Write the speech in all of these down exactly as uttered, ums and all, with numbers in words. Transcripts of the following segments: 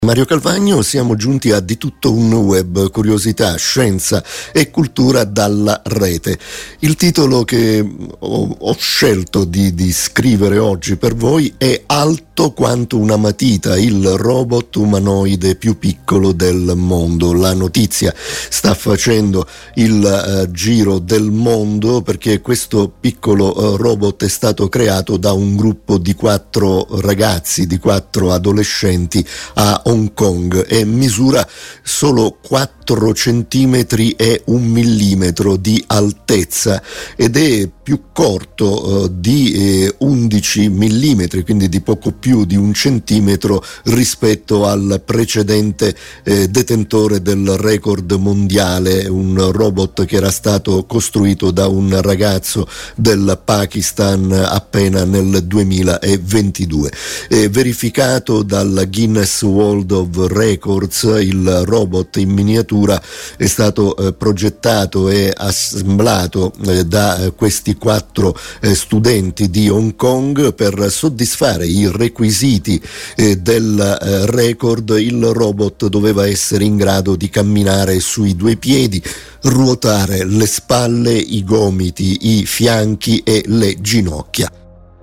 Mario Calvagno, siamo giunti a Di tutto un web, curiosità, scienza e cultura dalla rete. Il titolo che ho, ho scelto di, di scrivere oggi per voi è Alto quanto una matita, il robot umanoide più piccolo del mondo. La notizia sta facendo il uh, giro del mondo perché questo piccolo uh, robot è stato creato da un gruppo di quattro ragazzi, di quattro adolescenti a Hong Kong e misura solo quattro centimetri e un millimetro di altezza ed è più corto eh, di eh, undici millimetri, quindi di poco più di un centimetro rispetto al precedente eh, detentore del record mondiale, un robot che era stato costruito da un ragazzo del Pakistan appena nel duemilaventidue. È verificato dal Guinness World of Records, il robot in miniatura è stato eh, progettato e assemblato eh, da eh, questi quattro eh, studenti di Hong Kong per soddisfare i requisiti eh, del eh, record. Il robot doveva essere in grado di camminare sui due piedi, ruotare le spalle, i gomiti, i fianchi e le ginocchia.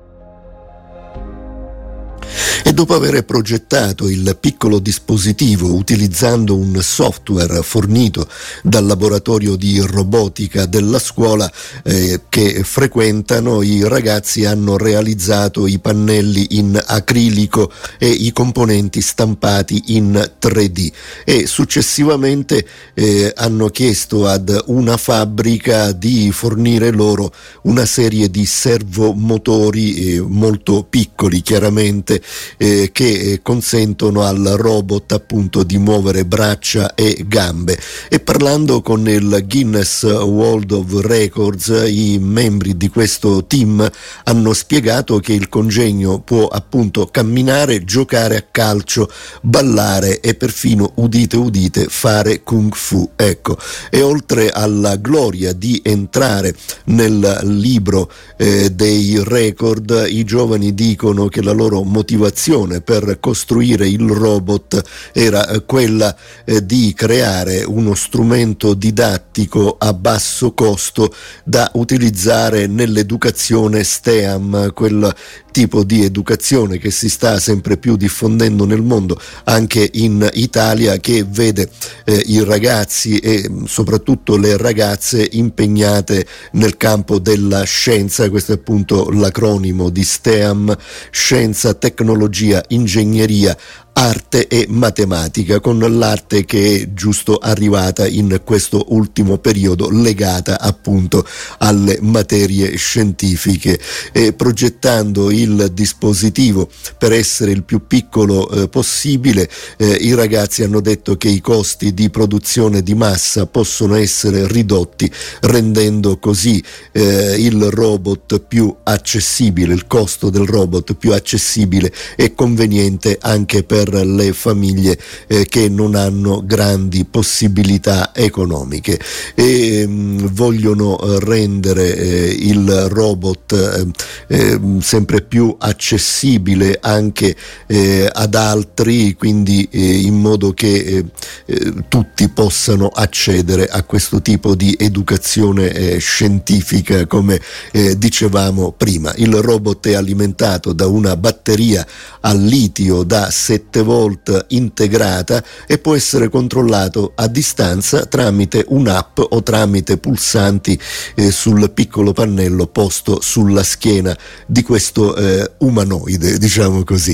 E dopo aver progettato il piccolo dispositivo utilizzando un software fornito dal laboratorio di robotica della scuola eh, che frequentano, i ragazzi hanno realizzato i pannelli in acrilico e i componenti stampati in tre D e successivamente eh, hanno chiesto ad una fabbrica di fornire loro una serie di servomotori eh, molto piccoli, chiaramente, Eh, che eh, consentono al robot appunto di muovere braccia e gambe. E parlando con il Guinness World of Records, i membri di questo team hanno spiegato che il congegno può appunto camminare, giocare a calcio, ballare e perfino, udite udite, fare kung fu. Ecco, e oltre alla gloria di entrare nel libro eh, dei record, i giovani dicono che la loro motivazione per costruire il robot era quella eh, di creare uno strumento didattico a basso costo da utilizzare nell'educazione STEAM, quel tipo di educazione che si sta sempre più diffondendo nel mondo, anche in Italia, che vede eh, i ragazzi e soprattutto le ragazze impegnate nel campo della scienza. Questo è appunto l'acronimo di STEAM: scienza, tecnologia, ingegneria, arte e matematica, con l'arte che è giusto arrivata in questo ultimo periodo legata appunto alle materie scientifiche. E progettando il dispositivo per essere il più piccolo eh, possibile, eh, i ragazzi hanno detto che i costi di produzione di massa possono essere ridotti, rendendo così eh, il robot più accessibile, il costo del robot più accessibile e conveniente anche per le famiglie eh, che non hanno grandi possibilità economiche e mh, vogliono eh, rendere eh, il robot eh, eh, sempre più accessibile anche eh, ad altri, quindi eh, in modo che eh, eh, tutti possano accedere a questo tipo di educazione eh, scientifica, come eh, dicevamo prima. Il robot è alimentato da una batteria al litio da sette volt integrata e può essere controllato a distanza tramite un'app o tramite pulsanti eh, sul piccolo pannello posto sulla schiena di questo eh, umanoide, diciamo così.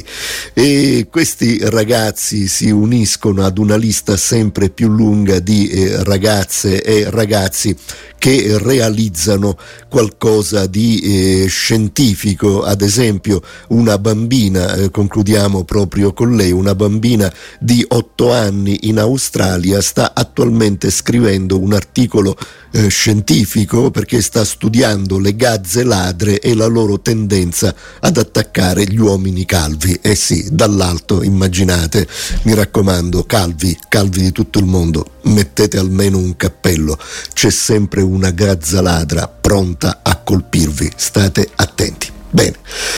E questi ragazzi si uniscono ad una lista sempre più lunga di eh, ragazze e ragazzi che realizzano qualcosa di eh, scientifico. Ad esempio una bambina, eh, concludiamo proprio con lei, una bambina di otto anni in Australia sta attualmente scrivendo un articolo eh, scientifico perché sta studiando le gazze ladre e la loro tendenza ad attaccare gli uomini calvi. Eh sì, dall'alto, immaginate. Mi raccomando, calvi, calvi di tutto il mondo, mettete almeno un cappello, c'è sempre una gazza ladra pronta a colpirvi, state attenti. Bene.